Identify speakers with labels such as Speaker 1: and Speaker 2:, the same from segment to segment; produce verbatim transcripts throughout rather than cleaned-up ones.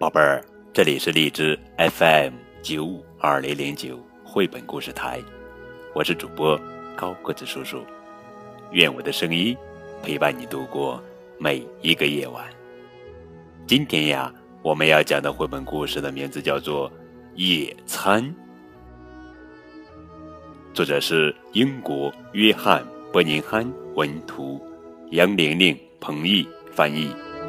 Speaker 1: 宝贝儿，这里是荔枝 F M 九五二零零九绘本故事台，我是主播高个子叔叔，愿我的声音陪伴你度过每一个夜晚。今天呀，我们要讲的绘本故事的名字叫做《野餐》，作者是英国约翰·伯宁汉文图，杨玲玲、彭毅翻译。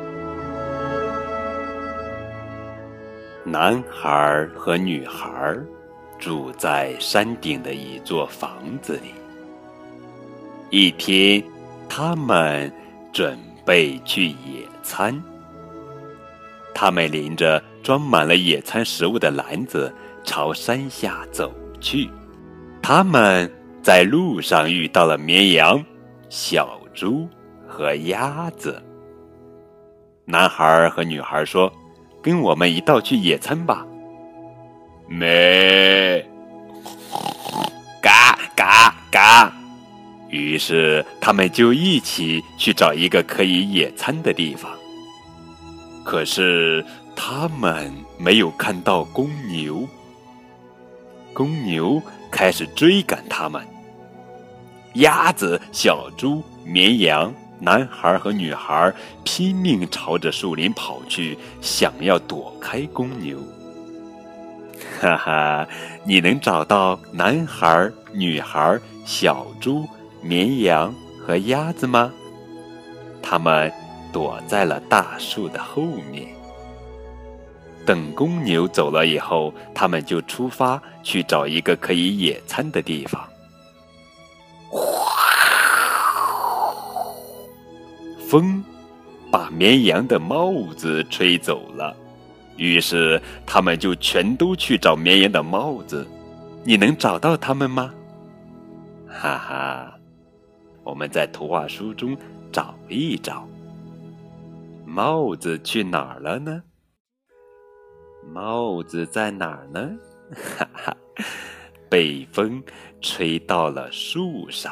Speaker 1: 男孩和女孩住在山顶的一座房子里。一天，他们准备去野餐。他们拎着装满了野餐食物的篮子朝山下走去。他们在路上遇到了绵羊、小猪和鸭子。男孩和女孩说：“跟我们一道去野餐吧。”咩，嘎嘎嘎。于是他们就一起去找一个可以野餐的地方。可是他们没有看到公牛。公牛开始追赶他们。鸭子、小猪、绵羊、男孩和女孩拼命朝着树林跑去，想要躲开公牛。哈哈，你能找到男孩、女孩、小猪、绵羊和鸭子吗？他们躲在了大树的后面。等公牛走了以后，他们就出发去找一个可以野餐的地方。风把绵羊的帽子吹走了，于是他们就全都去找绵羊的帽子。你能找到它们吗？哈哈，我们在图画书中找一找。帽子去哪儿了呢？帽子在哪儿呢？哈哈，被风吹到了树上。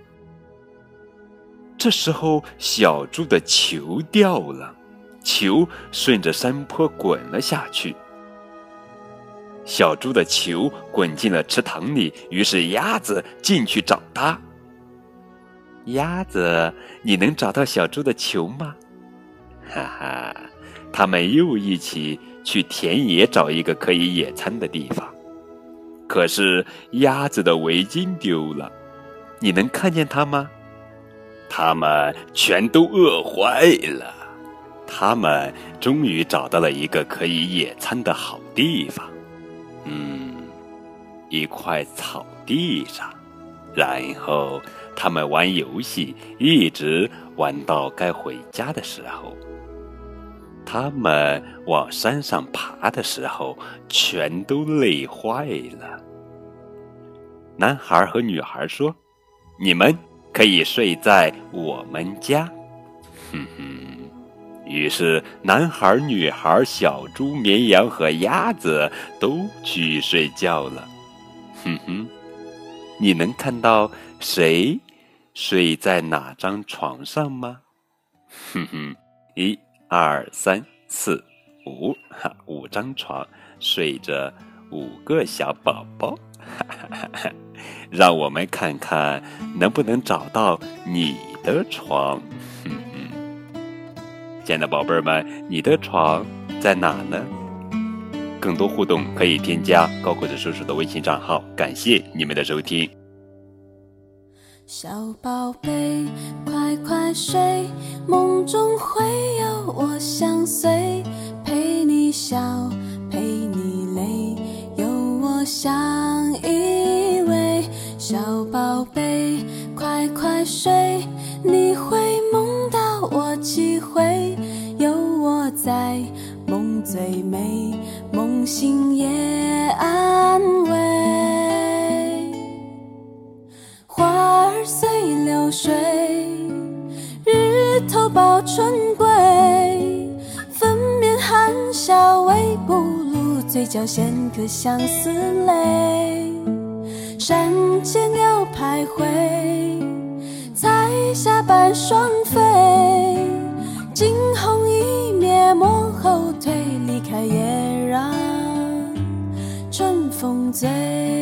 Speaker 1: 这时候，小猪的球掉了，球顺着山坡滚了下去。小猪的球滚进了池塘里，于是鸭子进去找它。鸭子，你能找到小猪的球吗？哈哈，他们又一起去田野找一个可以野餐的地方。可是鸭子的围巾丢了，你能看见它吗？他们全都饿坏了。他们终于找到了一个可以野餐的好地方。嗯，一块草地上。然后他们玩游戏，一直玩到该回家的时候。他们往山上爬的时候，全都累坏了。男孩和女孩说：“你们可以睡在我们家。”哼哼。于是男孩、女孩、小猪、绵羊和鸭子都去睡觉了。哼哼，你能看到谁睡在哪张床上吗？哼哼，一二三四五，哈，五张床睡着五个小宝宝。哈哈哈，让我们看看能不能找到你的床。哼哼，亲爱的宝贝们，你的床在哪呢？更多互动可以添加高个子叔叔的微信账号。感谢你们的收听。
Speaker 2: 小宝贝，快快睡，梦中会有我相随，陪你笑，陪你泪，有我相依偎。小宝贝，快快睡，你会梦到我几回，有我在，梦最美，梦醒也安慰。花儿随流水，日头抱春归，粉面含笑微不露，嘴角衔颗相思泪。山间鸟徘徊，彩霞伴双飞，惊鸿一瞥，莫后退，离开开也让春风醉。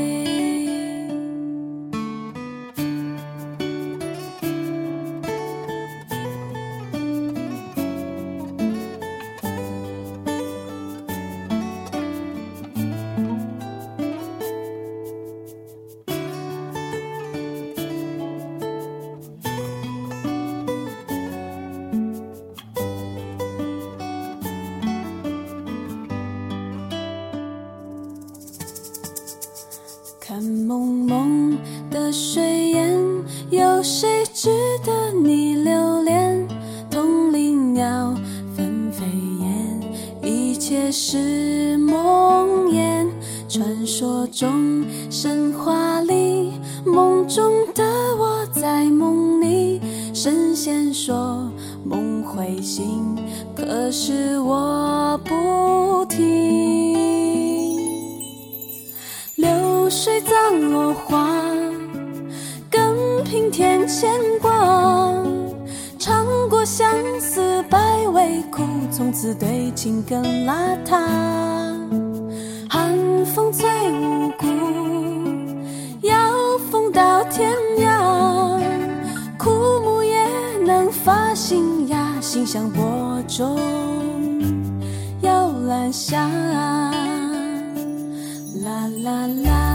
Speaker 2: 看蒙蒙的水烟，有谁值得你留恋？同林鸟纷飞燕，一切是梦魇。传说中神话里，梦中的我在梦里，神仙说梦会醒，可是我不听。水葬落花，更平添牵挂。尝过相思百味苦，从此对情更邋遢。寒风催无故，要风到天涯。枯木也能发新芽，心像播种摇篮下。啦啦啦。